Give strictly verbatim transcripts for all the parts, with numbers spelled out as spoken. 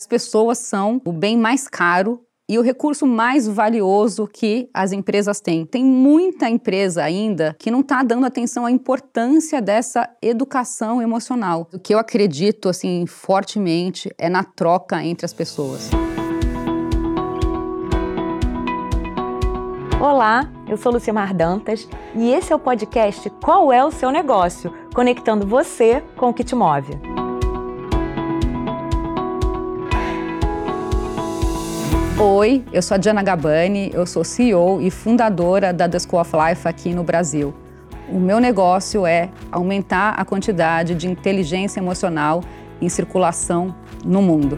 As pessoas são o bem mais caro e o recurso mais valioso que as empresas têm. Tem muita empresa ainda que não está dando atenção à importância dessa educação emocional. O que eu acredito assim, fortemente é na troca entre as pessoas. Olá, eu sou Lucimar Dantas e esse é o podcast Qual é o Seu Negócio? Conectando você com o que te move. Oi, eu sou a Diana Gabani, eu sou C E O e fundadora da The School of Life aqui no Brasil. O meu negócio é aumentar a quantidade de inteligência emocional em circulação no mundo.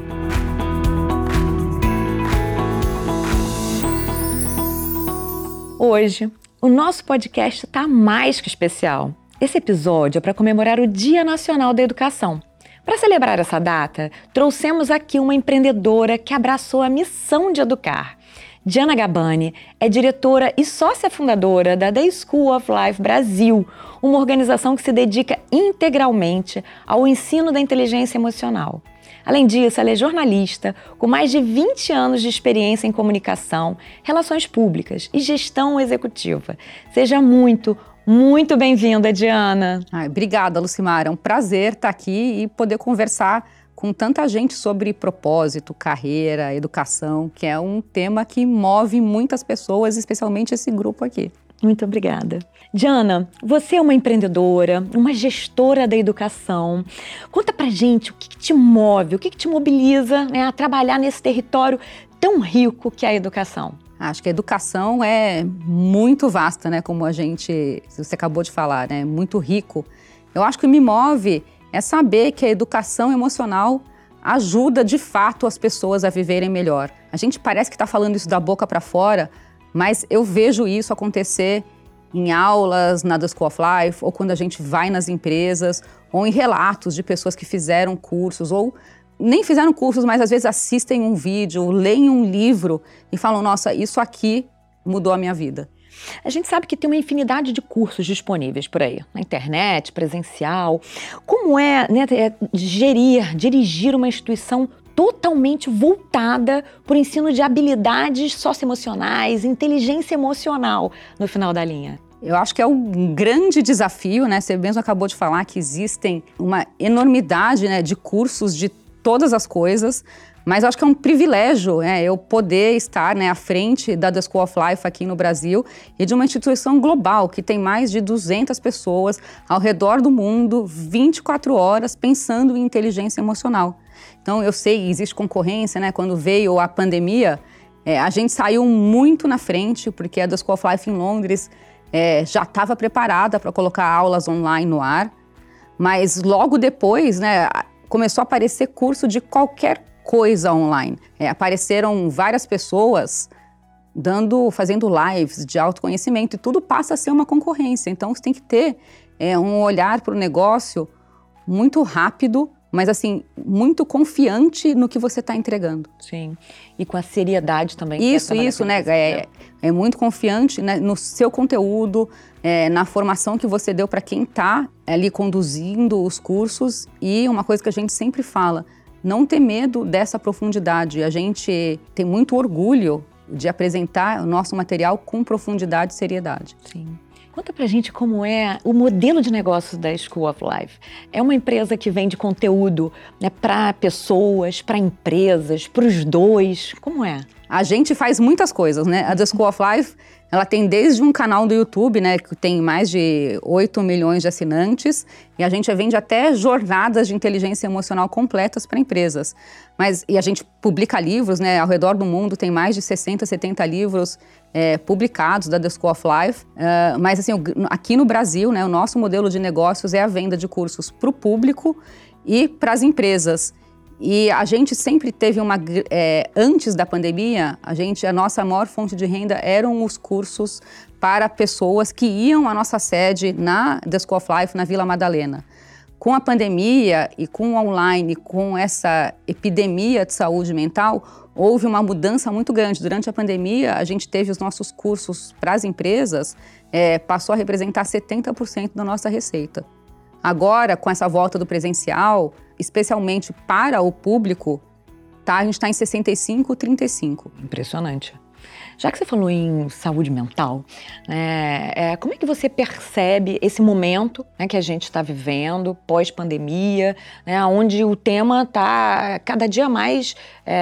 Hoje, o nosso podcast está mais que especial. Esse episódio é para comemorar o Dia Nacional da Educação. Para celebrar essa data, trouxemos aqui uma empreendedora que abraçou a missão de educar. Diana Gabani é diretora e sócia fundadora da The School of Life Brasil, uma organização que se dedica integralmente ao ensino da inteligência emocional. Além disso, ela é jornalista com mais de vinte anos de experiência em comunicação, relações públicas e gestão executiva. Seja muito, muito bem-vinda, Diana. Ai, obrigada, Lucimar. É um prazer estar aqui e poder conversar com tanta gente sobre propósito, carreira, educação, que é um tema que move muitas pessoas, especialmente esse grupo aqui. Muito obrigada. Diana, você é uma empreendedora, uma gestora da educação. Conta pra gente o que, que te move, o que, que te mobiliza, né, a trabalhar nesse território tão rico que é a educação. Acho que a educação é muito vasta, né, como a gente, você acabou de falar, né, muito rico. Eu acho que me move é saber que a educação emocional ajuda de fato as pessoas a viverem melhor. A gente parece que está falando isso da boca para fora, mas eu vejo isso acontecer em aulas na The School of Life, ou quando a gente vai nas empresas, ou em relatos de pessoas que fizeram cursos, ou nem fizeram cursos, mas às vezes assistem um vídeo, leem um livro e falam, nossa, isso aqui mudou a minha vida. A gente sabe que tem uma infinidade de cursos disponíveis por aí, na internet, presencial. Como é, né, é gerir, dirigir uma instituição totalmente voltada para o ensino de habilidades socioemocionais, inteligência emocional no final da linha? Eu acho que é um grande desafio, né? Você mesmo acabou de falar que existem uma enormidade, né, de cursos de todas as coisas, mas eu acho que é um privilégio, né, eu poder estar, né, à frente da The School of Life aqui no Brasil e de uma instituição global que tem mais de duzentas pessoas ao redor do mundo, vinte e quatro horas, pensando em inteligência emocional. Então, eu sei, existe concorrência, né? Quando veio a pandemia, é, a gente saiu muito na frente, porque a The School of Life em Londres é, já estava preparada para colocar aulas online no ar, mas logo depois, né, começou a aparecer curso de qualquer coisa online. É, apareceram várias pessoas dando, fazendo lives de autoconhecimento e tudo passa a ser uma concorrência. Então, você tem que ter é, um olhar para o negócio muito rápido, mas assim, muito confiante no que você está entregando. Sim, e com a seriedade também. Isso, isso, né? É, é muito confiante, né, no seu conteúdo, é, na formação que você deu para quem está ali conduzindo os cursos. E uma coisa que a gente sempre fala, não ter medo dessa profundidade. A gente tem muito orgulho de apresentar o nosso material com profundidade e seriedade. Sim. Conta pra gente como é o modelo de negócios da School of Life. É uma empresa que vende conteúdo, né, para pessoas, para empresas, para os dois. Como é? A gente faz muitas coisas, né? A The School of Life, ela tem desde um canal do YouTube, né, que tem mais de oito milhões de assinantes, e a gente vende até jornadas de inteligência emocional completas para empresas. Mas, e a gente publica livros, né, ao redor do mundo, tem mais de sessenta, setenta livros é, publicados da The School of Life. Uh, mas, assim, aqui no Brasil, né, o nosso modelo de negócios é a venda de cursos para o público e para as empresas. E a gente sempre teve uma... É, antes da pandemia, a, gente, a nossa maior fonte de renda eram os cursos para pessoas que iam à nossa sede na The School of Life, na Vila Madalena. Com a pandemia e com o online, com essa epidemia de saúde mental, houve uma mudança muito grande. Durante a pandemia, a gente teve os nossos cursos para as empresas, é, passou a representar setenta por cento da nossa receita. Agora, com essa volta do presencial, especialmente para o público, tá, a gente está em sessenta e cinco, trinta e cinco. Impressionante. Já que você falou em saúde mental, né, é, como é que você percebe esse momento, né, que a gente está vivendo, pós-pandemia, né, onde o tema está cada dia mais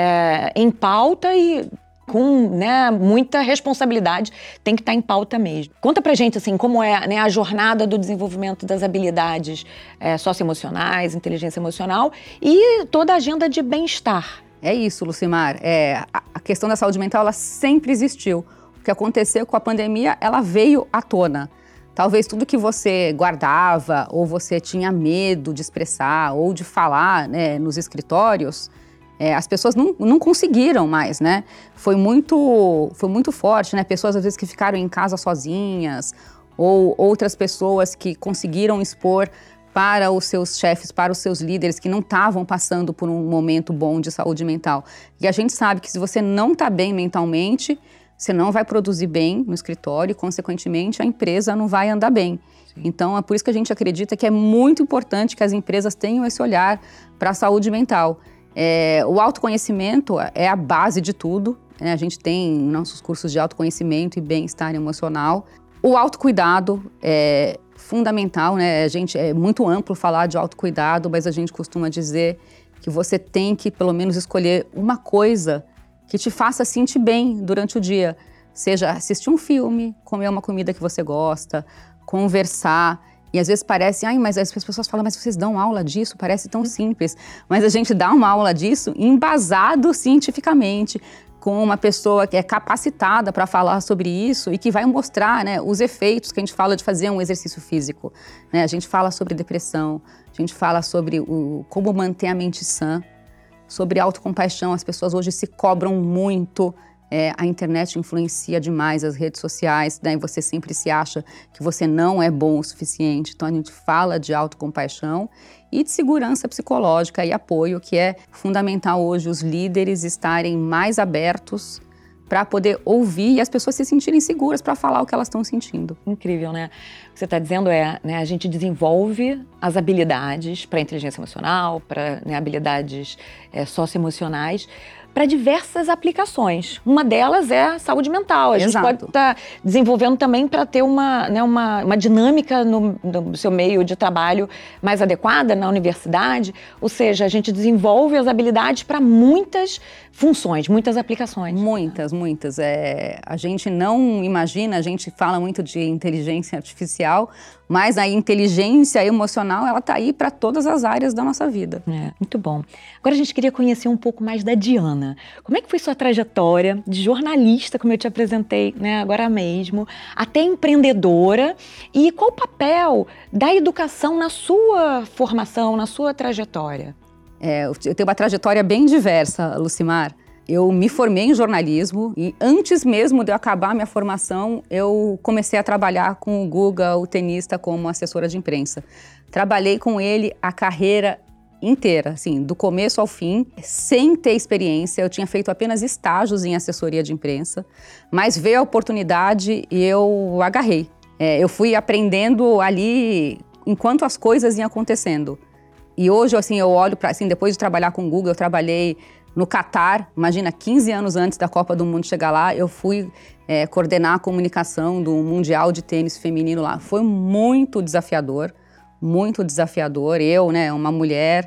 é, em pauta e com, né, muita responsabilidade, tem que estar em pauta mesmo. Conta pra gente assim, como é, né, a jornada do desenvolvimento das habilidades é, socioemocionais, inteligência emocional e toda a agenda de bem-estar. É isso, Lucimar. É, a, a questão da saúde mental, ela sempre existiu. O que aconteceu com a pandemia, ela veio à tona. Talvez tudo que você guardava, ou você tinha medo de expressar, ou de falar, né, nos escritórios, é, as pessoas não, não conseguiram mais, né? Foi muito, foi muito forte, né? Pessoas, às vezes, que ficaram em casa sozinhas, ou outras pessoas que conseguiram expor para os seus chefes, para os seus líderes que não estavam passando por um momento bom de saúde mental. E a gente sabe que se você não está bem mentalmente, você não vai produzir bem no escritório e, consequentemente, a empresa não vai andar bem. Sim. Então, é por isso que a gente acredita que é muito importante que as empresas tenham esse olhar para a saúde mental. É, o autoconhecimento é a base de tudo, né? A gente tem nossos cursos de autoconhecimento e bem-estar emocional. O autocuidado é fundamental, né? A gente, é muito amplo falar de autocuidado, mas a gente costuma dizer que você tem que, pelo menos, escolher uma coisa que te faça sentir bem durante o dia. Seja assistir um filme, comer uma comida que você gosta, conversar. E às vezes parece, ai, mas as pessoas falam, mas vocês dão aula disso? Parece tão simples. Mas a gente dá uma aula disso embasado cientificamente, com uma pessoa que é capacitada para falar sobre isso e que vai mostrar, né, os efeitos que a gente fala de fazer um exercício físico, né? A gente fala sobre depressão, a gente fala sobre o, como manter a mente sã, sobre autocompaixão. As pessoas hoje se cobram muito, é, a internet influencia demais, as redes sociais, né? E você sempre se acha que você não é bom o suficiente. Então a gente fala de autocompaixão e de segurança psicológica e apoio, que é fundamental hoje os líderes estarem mais abertos para poder ouvir e as pessoas se sentirem seguras para falar o que elas estão sentindo. Incrível, né? O que você está dizendo é, né, a gente desenvolve as habilidades para inteligência emocional, para, né, habilidades é, socioemocionais, para diversas aplicações. Uma delas é a saúde mental. A Exato. gente pode estar tá desenvolvendo também para ter uma, né, uma, uma dinâmica no, no seu meio de trabalho mais adequada na universidade. Ou seja, a gente desenvolve as habilidades para muitas funções, muitas aplicações. Muitas, muitas. É, a gente não imagina, a gente fala muito de inteligência artificial, mas a inteligência emocional, ela está aí para todas as áreas da nossa vida. É, muito bom. Agora a gente queria conhecer um pouco mais da Diana. Como é que foi sua trajetória de jornalista, como eu te apresentei, né, agora mesmo, até empreendedora, e qual o papel da educação na sua formação, na sua trajetória? É, eu tenho uma trajetória bem diversa, Lucimar. Eu me formei em jornalismo e antes mesmo de eu acabar a minha formação, eu comecei a trabalhar com o Guga, o tenista, como assessora de imprensa. Trabalhei com ele a carreira inteira, assim, do começo ao fim, sem ter experiência. Eu tinha feito apenas estágios em assessoria de imprensa, mas veio a oportunidade e eu agarrei. É, eu fui aprendendo ali enquanto as coisas iam acontecendo. E hoje, assim, eu olho para, assim, depois de trabalhar com o Guga, eu trabalhei no Catar, imagina, quinze anos antes da Copa do Mundo chegar lá, eu fui é, coordenar a comunicação do Mundial de Tênis Feminino lá. Foi muito desafiador, muito desafiador. Eu, né, uma mulher,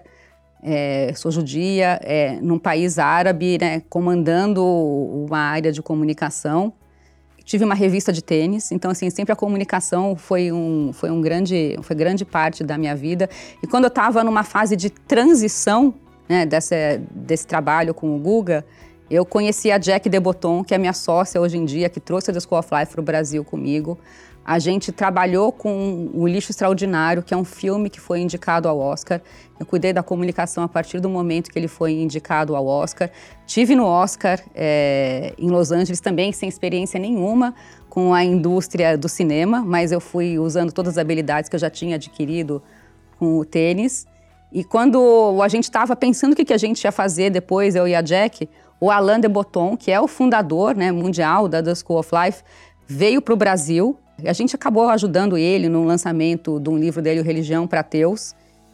é, sou judia, é, num país árabe, né, comandando uma área de comunicação. Tive uma revista de tênis, então assim, sempre a comunicação foi, um, foi, um grande, foi grande parte da minha vida. E quando eu estava numa fase de transição, né, desse, desse trabalho com o Guga, eu conheci a Jack Deboton, que é minha sócia hoje em dia, que trouxe a The School of Life para o Brasil comigo. A gente trabalhou com O Lixo Extraordinário, que é um filme que foi indicado ao Oscar. Eu cuidei da comunicação a partir do momento que ele foi indicado ao Oscar. Tive no Oscar é, em Los Angeles também, sem experiência nenhuma com a indústria do cinema, mas eu fui usando todas as habilidades que eu já tinha adquirido com o tênis. E quando a gente estava pensando o que, que a gente ia fazer depois, eu e a Jack, o Alain de Botton, que é o fundador, né, mundial da The School of Life, veio para o Brasil. A gente acabou ajudando ele no lançamento de um livro dele, o Religião para Ateus.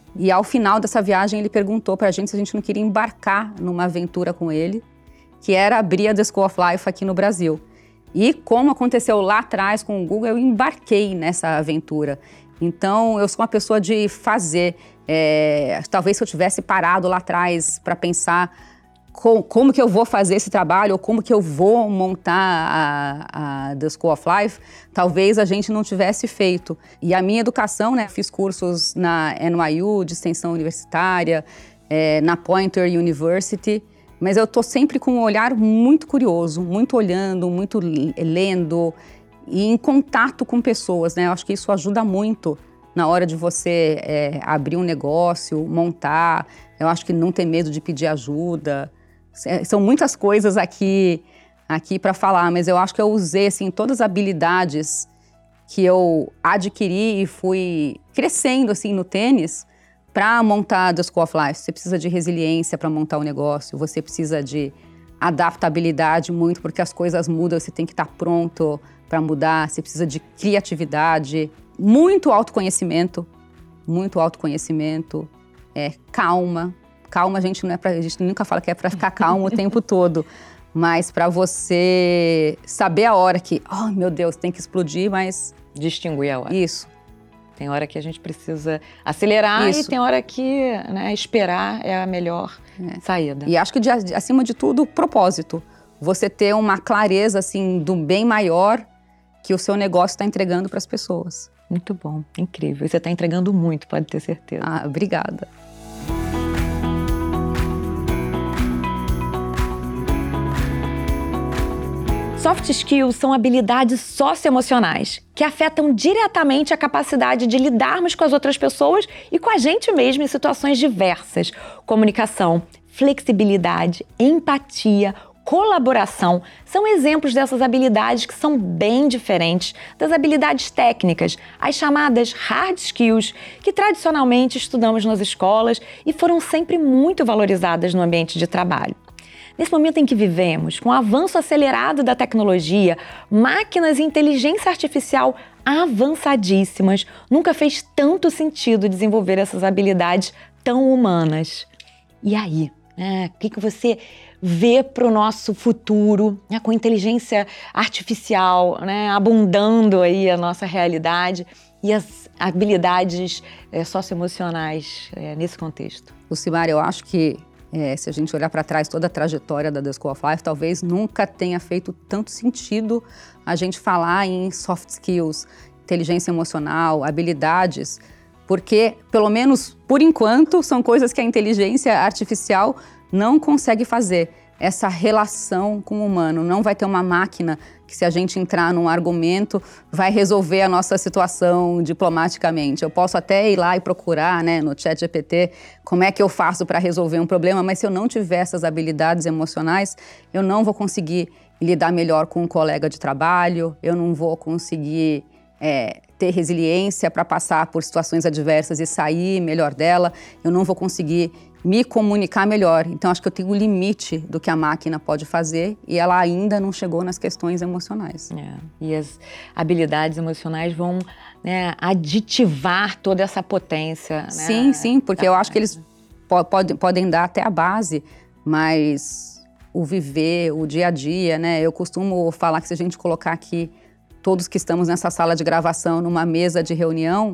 E ao final dessa viagem ele perguntou pra gente se a gente não queria embarcar numa aventura com ele, que era abrir a The School of Life aqui no Brasil. E como aconteceu lá atrás com o Google, eu embarquei nessa aventura. Então eu sou uma pessoa de fazer. É, talvez se eu tivesse parado lá atrás para pensar com, como que eu vou fazer esse trabalho, ou como que eu vou montar a, a The School of Life, talvez a gente não tivesse feito. E a minha educação, né, fiz cursos na N Y U, de extensão universitária, é, na Poynter University, mas eu tô sempre com um olhar muito curioso, muito olhando, muito lendo e em contato com pessoas, né? Eu acho que isso ajuda muito na hora de você é, abrir um negócio, montar. Eu acho que não ter medo de pedir ajuda. São muitas coisas aqui, aqui para falar, mas eu acho que eu usei assim, todas as habilidades que eu adquiri e fui crescendo assim, no tênis para montar The School of Life. Você precisa de resiliência para montar um negócio, você precisa de adaptabilidade muito, porque as coisas mudam, você tem que estar pronto para mudar, você precisa de criatividade, muito autoconhecimento, muito autoconhecimento, é, calma. Calma, a gente, não é pra, a gente nunca fala que é para ficar calmo o tempo todo, mas para você saber a hora que, oh meu Deus, tem que explodir, mas... Distinguir a hora. Isso. Tem hora que a gente precisa acelerar Isso. e tem hora que, né, esperar é a melhor é. saída. E acho que, de, acima de tudo, propósito. Você ter uma clareza, assim, do bem maior que o seu negócio está entregando para as pessoas. Muito bom, incrível. E você está entregando muito, pode ter certeza. Ah, obrigada. Soft skills são habilidades socioemocionais que afetam diretamente a capacidade de lidarmos com as outras pessoas e com a gente mesmo em situações diversas. Comunicação, flexibilidade, empatia, colaboração são exemplos dessas habilidades que são bem diferentes das habilidades técnicas, as chamadas hard skills, que tradicionalmente estudamos nas escolas e foram sempre muito valorizadas no ambiente de trabalho. Nesse momento em que vivemos, com o avanço acelerado da tecnologia, máquinas e inteligência artificial avançadíssimas, nunca fez tanto sentido desenvolver essas habilidades tão humanas. E aí, né, o que, que você vê para o nosso futuro, né, com inteligência artificial, né, abundando aí a nossa realidade e as habilidades é, socioemocionais é, nesse contexto? Lucimar, eu acho que É, se a gente olhar para trás toda a trajetória da The School of Life, talvez nunca tenha feito tanto sentido a gente falar em soft skills, inteligência emocional, habilidades, porque, pelo menos por enquanto, são coisas que a inteligência artificial não consegue fazer. Essa relação com o humano. Não vai ter uma máquina que, se a gente entrar num argumento, vai resolver a nossa situação diplomaticamente. Eu posso até ir lá e procurar, né, no chat G P T como é que eu faço para resolver um problema, mas se eu não tiver essas habilidades emocionais, eu não vou conseguir lidar melhor com um colega de trabalho, eu não vou conseguir é, ter resiliência para passar por situações adversas e sair melhor dela, eu não vou conseguir me comunicar melhor. Então, acho que eu tenho o limite do que a máquina pode fazer e ela ainda não chegou nas questões emocionais. É, e as habilidades emocionais vão, né, aditivar toda essa potência. Né? Sim, sim, porque eu acho que eles po podem, podem dar até a base, mas o viver, o dia a dia, né? Eu costumo falar que se a gente colocar aqui todos que estamos nessa sala de gravação numa mesa de reunião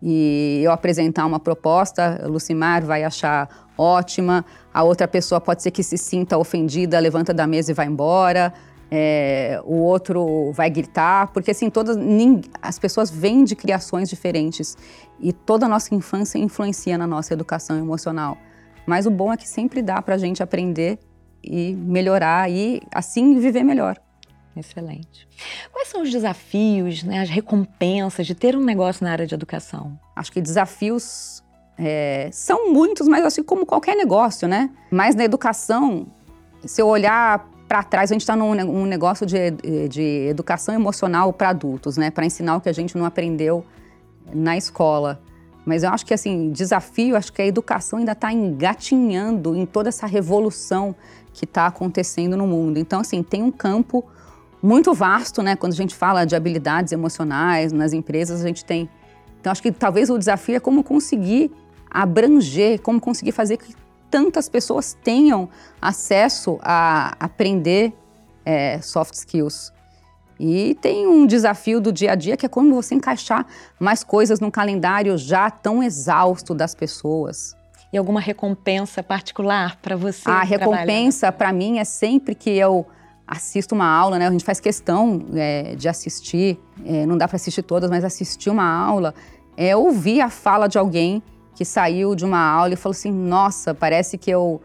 e eu apresentar uma proposta, a Lucimar vai achar ótima, a outra pessoa pode ser que se sinta ofendida, levanta da mesa e vai embora, é, o outro vai gritar, porque assim, todas, as pessoas vêm de criações diferentes e toda a nossa infância influencia na nossa educação emocional. Mas o bom é que sempre dá pra gente aprender e melhorar e assim viver melhor. Excelente. Quais são os desafios, né, as recompensas de ter um negócio na área de educação? Acho que desafios é, são muitos, mas assim como qualquer negócio, né? Mas na educação, se eu olhar para trás, a gente está num um negócio de, de educação emocional para adultos, né? Para ensinar o que a gente não aprendeu na escola. Mas eu acho que, assim, desafio, acho que a educação ainda está engatinhando em toda essa revolução que está acontecendo no mundo. Então, assim, tem um campo muito vasto, né? Quando a gente fala de habilidades emocionais nas empresas, a gente tem... Então, acho que talvez o desafio é como conseguir abranger, como conseguir fazer que tantas pessoas tenham acesso a aprender é, soft skills. E tem um desafio do dia a dia, que é como você encaixar mais coisas no calendário já tão exausto das pessoas. E alguma recompensa particular para você? A recompensa, para mim, é sempre que eu assisto uma aula, né? A gente faz questão é, de assistir, é, não dá para assistir todas, mas assistir uma aula, é ouvir a fala de alguém que saiu de uma aula e falou assim, nossa, parece que eu,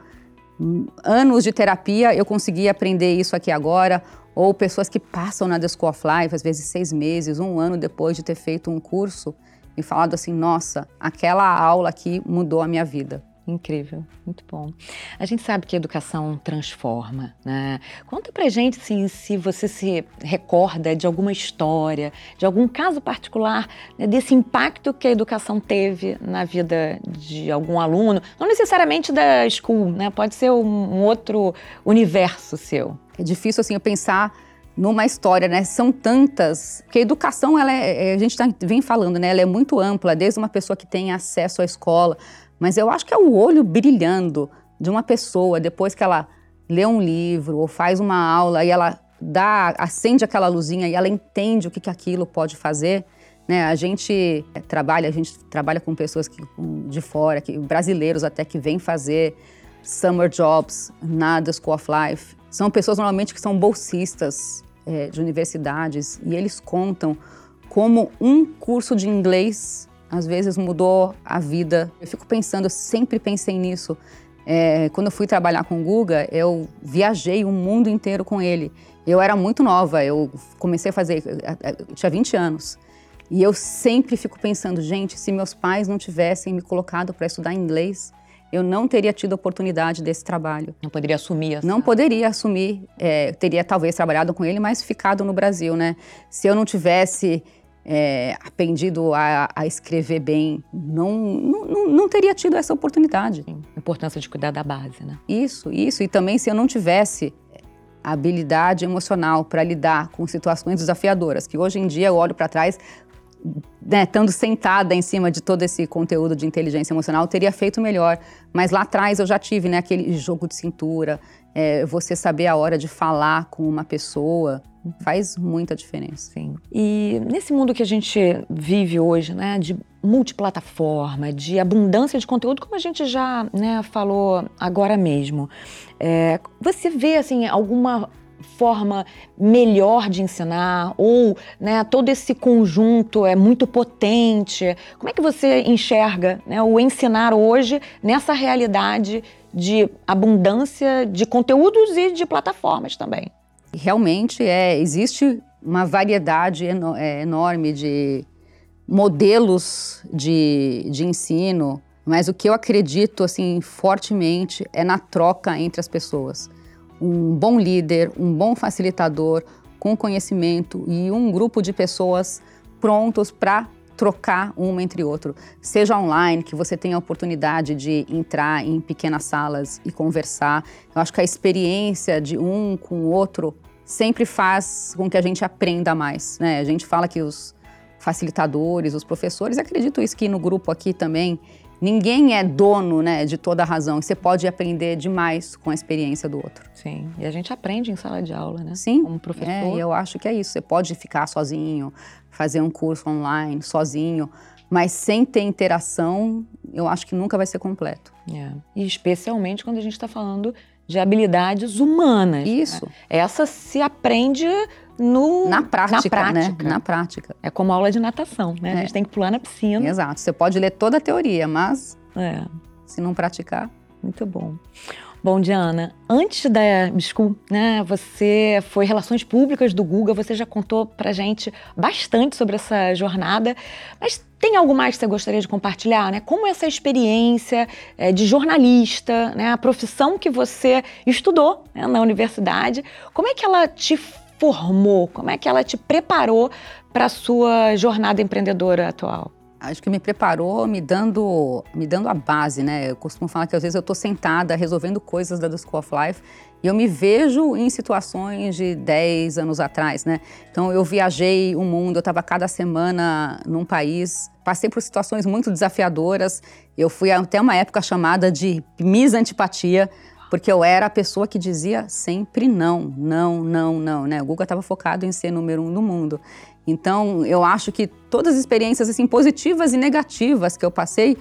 anos de terapia, eu consegui aprender isso aqui agora. Ou pessoas que passam na The School of Life, às vezes seis meses, um ano depois de ter feito um curso e falado assim, nossa, aquela aula aqui mudou a minha vida. Incrível, muito bom. A gente sabe que a educação transforma, né? Conta pra gente, assim, se você se recorda de alguma história, de algum caso particular, né, desse impacto que a educação teve na vida de algum aluno, não necessariamente da school, né? Pode ser um, um outro universo seu. É difícil, assim, eu pensar numa história, né? São tantas, porque a educação, ela é, a gente tá, vem falando, né? Ela é muito ampla, desde uma pessoa que tem acesso à escola, mas eu acho que é o olho brilhando de uma pessoa depois que ela lê um livro ou faz uma aula e ela dá, acende aquela luzinha e ela entende o que, que aquilo pode fazer, né? A gente trabalha, a gente trabalha com pessoas que, de fora, que, brasileiros até, que vêm fazer summer jobs na The School of Life. São pessoas normalmente que são bolsistas é, de universidades e eles contam como um curso de inglês às vezes mudou a vida. Eu fico pensando, eu sempre pensei nisso. É, quando eu fui trabalhar com o Guga, eu viajei o mundo inteiro com ele. Eu era muito nova, eu comecei a fazer, eu tinha vinte anos. E eu sempre fico pensando, gente, se meus pais não tivessem me colocado para estudar inglês, eu não teria tido a oportunidade desse trabalho. Não poderia assumir essa... Não poderia assumir, é, teria talvez trabalhado com ele, mas ficado no Brasil, né? Se eu não tivesse é, aprendido a, a escrever bem, não, não, não teria tido essa oportunidade. Sim, a importância de cuidar da base, né? Isso, isso. E também se eu não tivesse a habilidade emocional para lidar com situações desafiadoras, que hoje em dia eu olho para trás, né, estando sentada em cima de todo esse conteúdo de inteligência emocional, teria feito melhor. Mas lá atrás eu já tive, né, aquele jogo de cintura, é, você saber a hora de falar com uma pessoa, faz muita diferença. Sim. E nesse mundo que a gente vive hoje, né, de multiplataforma, de abundância de conteúdo, como a gente já, né, falou agora mesmo, é, você vê, assim, alguma forma melhor de ensinar ou, né, todo esse conjunto é muito potente? Como é que você enxerga, né, o ensinar hoje nessa realidade de abundância de conteúdos e de plataformas também? Realmente é, existe uma variedade eno- é, enorme de modelos de, de ensino, mas o que eu acredito assim, fortemente é na troca entre as pessoas. Um bom líder, um bom facilitador com conhecimento e um grupo de pessoas prontos para trocar uma entre outro. Seja online, que você tenha a oportunidade de entrar em pequenas salas e conversar. Eu acho que a experiência de um com o outro sempre faz com que a gente aprenda mais, né? A gente fala que os facilitadores, os professores, acredito isso que no grupo aqui também, ninguém é dono, né, de toda a razão. Você pode aprender demais com a experiência do outro. Sim, e a gente aprende em sala de aula, né? Sim, como professor. É, e eu acho que é isso. Você pode ficar sozinho, fazer um curso online, sozinho, mas sem ter interação, eu acho que nunca vai ser completo. É. E especialmente quando a gente está falando de habilidades humanas. Isso. Né? Essa se aprende no... Na prática, na prática, né? Na prática. É como aula de natação, né? É. A gente tem que pular na piscina. Exato. Você pode ler toda a teoria, mas É. se não praticar... Muito bom. Bom, Diana, antes da School, né, você foi Relações Públicas do Guga, você já contou pra gente bastante sobre essa jornada, mas tem algo mais que você gostaria de compartilhar, né? Como essa experiência é, de jornalista, né, a profissão que você estudou, né, na universidade, como é que ela te formou, como é que ela te preparou para a sua jornada empreendedora atual? Acho que me preparou me dando, me dando a base, né? Eu costumo falar que às vezes eu estou sentada resolvendo coisas da The School of Life E eu me vejo em situações de dez anos atrás, né? Então eu viajei o mundo, eu estava cada semana num país, passei por situações muito desafiadoras. Eu fui até uma época chamada de Miss Antipatia, porque eu era a pessoa que dizia sempre não, não, não, não, né? O Guga estava focado em ser número um do mundo. Então eu acho que todas as experiências assim, positivas e negativas que eu passei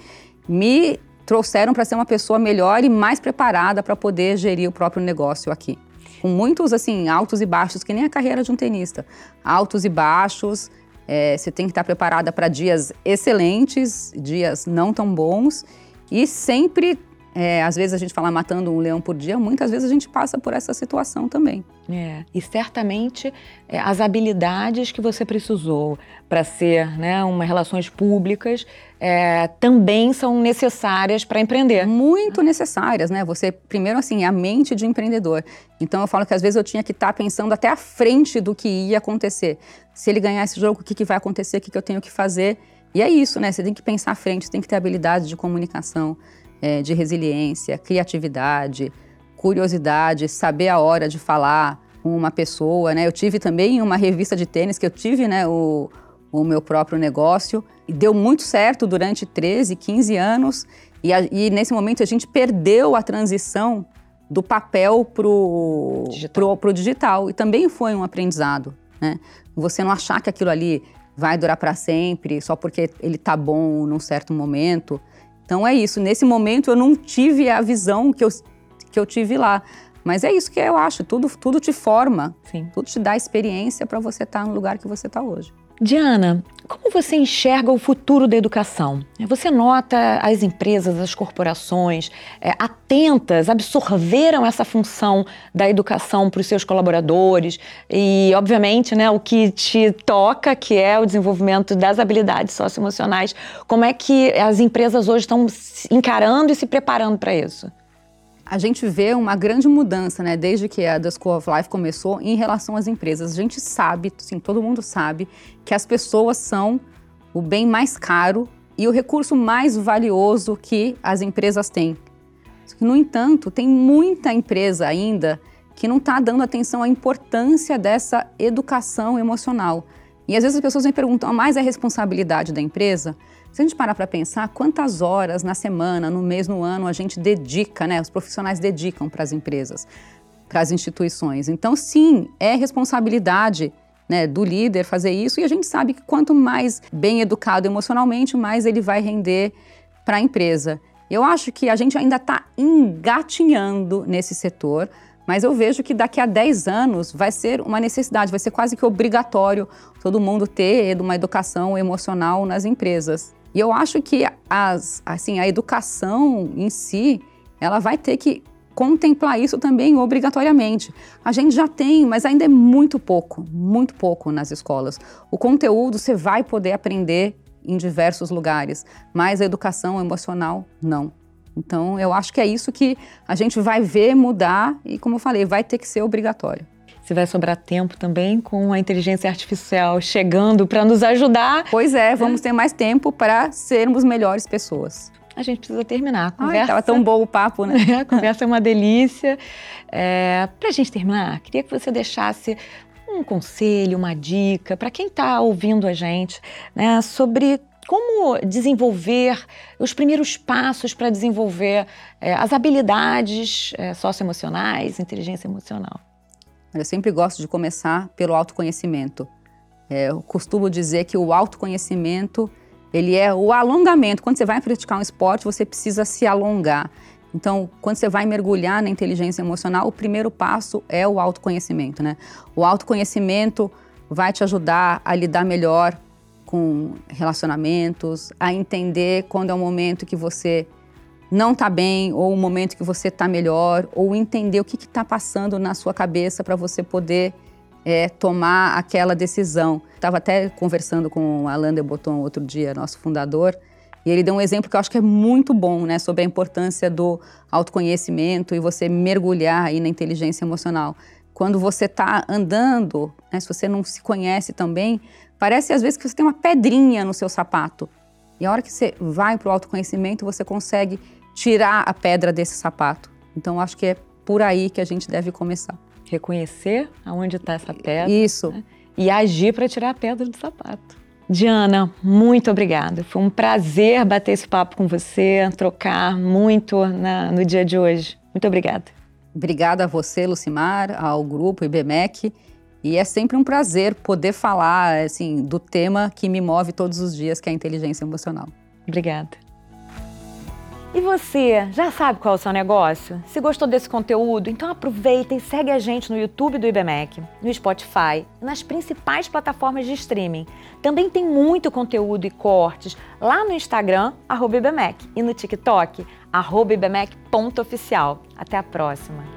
me trouxeram para ser uma pessoa melhor e mais preparada para poder gerir o próprio negócio aqui. Com muitos assim, altos e baixos, que nem a carreira de um tenista. Altos e baixos, é, você tem que estar preparada para dias excelentes, dias não tão bons e sempre, é, às vezes a gente fala matando um leão por dia, muitas vezes a gente passa por essa situação também. É, e certamente é, as habilidades que você precisou para ser, né, uma relações públicas é, também são necessárias para empreender. Muito necessárias, né? Você, primeiro assim, a mente de empreendedor. Então eu falo que às vezes eu tinha que estar pensando até à frente do que ia acontecer. Se ele ganhar esse jogo, o que, que vai acontecer, o que, que eu tenho que fazer. E é isso, né? Você tem que pensar à frente, você tem que ter habilidade de comunicação, é, de resiliência, criatividade, curiosidade, saber a hora de falar com uma pessoa, né? Eu tive também uma revista de tênis, que eu tive, né, o, o meu próprio negócio, e deu muito certo durante treze, quinze anos, e, a, e nesse momento a gente perdeu a transição do papel pro digital. Pro, pro digital, e também foi um aprendizado, né? Você não achar que aquilo ali vai durar para sempre, só porque ele tá bom num certo momento. Então é isso, nesse momento eu não tive a visão que eu que eu tive lá. Mas é isso que eu acho, tudo, tudo te forma, Sim. Tudo te dá experiência para você estar no lugar que você está hoje. Diana, como você enxerga o futuro da educação? Você nota as empresas, as corporações é, atentas, absorveram essa função da educação para os seus colaboradores e, obviamente, né, o que te toca, que é o desenvolvimento das habilidades socioemocionais. Como é que as empresas hoje estão encarando e se preparando para isso? A gente vê uma grande mudança, né, desde que a The School of Life começou em relação às empresas. A gente sabe, assim, todo mundo sabe, que as pessoas são o bem mais caro e o recurso mais valioso que as empresas têm. No entanto, tem muita empresa ainda que não está dando atenção à importância dessa educação emocional. E às vezes as pessoas me perguntam, mas é responsabilidade da empresa? Se a gente parar para pensar, quantas horas na semana, no mês, no ano, a gente dedica, né? Os profissionais dedicam para as empresas, para as instituições. Então, sim, é responsabilidade, né, do líder fazer isso, e a gente sabe que quanto mais bem educado emocionalmente, mais ele vai render para a empresa. Eu acho que a gente ainda está engatinhando nesse setor, mas eu vejo que daqui a dez anos vai ser uma necessidade, vai ser quase que obrigatório todo mundo ter uma educação emocional nas empresas. E eu acho que as, assim, a educação em si, ela vai ter que contemplar isso também obrigatoriamente. A gente já tem, mas ainda é muito pouco, muito pouco nas escolas. O conteúdo você vai poder aprender em diversos lugares, mas a educação emocional, não. Então, eu acho que é isso que a gente vai ver mudar e, como eu falei, vai ter que ser obrigatório. Se vai sobrar tempo também com a inteligência artificial chegando para nos ajudar. Pois é, vamos ter mais tempo para sermos melhores pessoas. A gente precisa terminar a conversa. Ai, tava tão bom o papo, né? A conversa é uma delícia. É, para a gente terminar, queria que você deixasse um conselho, uma dica para quem está ouvindo a gente, né, sobre como desenvolver os primeiros passos para desenvolver é, as habilidades é, socioemocionais, inteligência emocional. Eu sempre gosto de começar pelo autoconhecimento. É, eu costumo dizer que o autoconhecimento, ele é o alongamento. Quando você vai praticar um esporte, você precisa se alongar. Então, quando você vai mergulhar na inteligência emocional, o primeiro passo é o autoconhecimento, né? O autoconhecimento vai te ajudar a lidar melhor com relacionamentos, a entender quando é um momento que você não está bem, ou um momento que você está melhor, ou entender o que está passando na sua cabeça para você poder é, tomar aquela decisão. Estava até conversando com o Alain de Botton outro dia, nosso fundador, e ele deu um exemplo que eu acho que é muito bom, né, sobre a importância do autoconhecimento e você mergulhar aí na inteligência emocional. Quando você está andando, né, se você não se conhece também, parece às vezes que você tem uma pedrinha no seu sapato. E a hora que você vai para o autoconhecimento, você consegue tirar a pedra desse sapato. Então, acho que é por aí que a gente deve começar. Reconhecer aonde está essa pedra. Isso. Né? E agir para tirar a pedra do sapato. Diana, muito obrigada. Foi um prazer bater esse papo com você, trocar muito na, no dia de hoje. Muito obrigada. Obrigada a você, Lucimar, ao grupo I B M E C. E é sempre um prazer poder falar assim, do tema que me move todos os dias, que é a inteligência emocional. Obrigada. E você, já sabe qual é o seu negócio? Se gostou desse conteúdo, então aproveita e segue a gente no YouTube do I B M E C, no Spotify e nas principais plataformas de streaming. Também tem muito conteúdo e cortes lá no Instagram, arroba I B M E C, e no TikTok, arroba I B M E C ponto oficial. Até a próxima!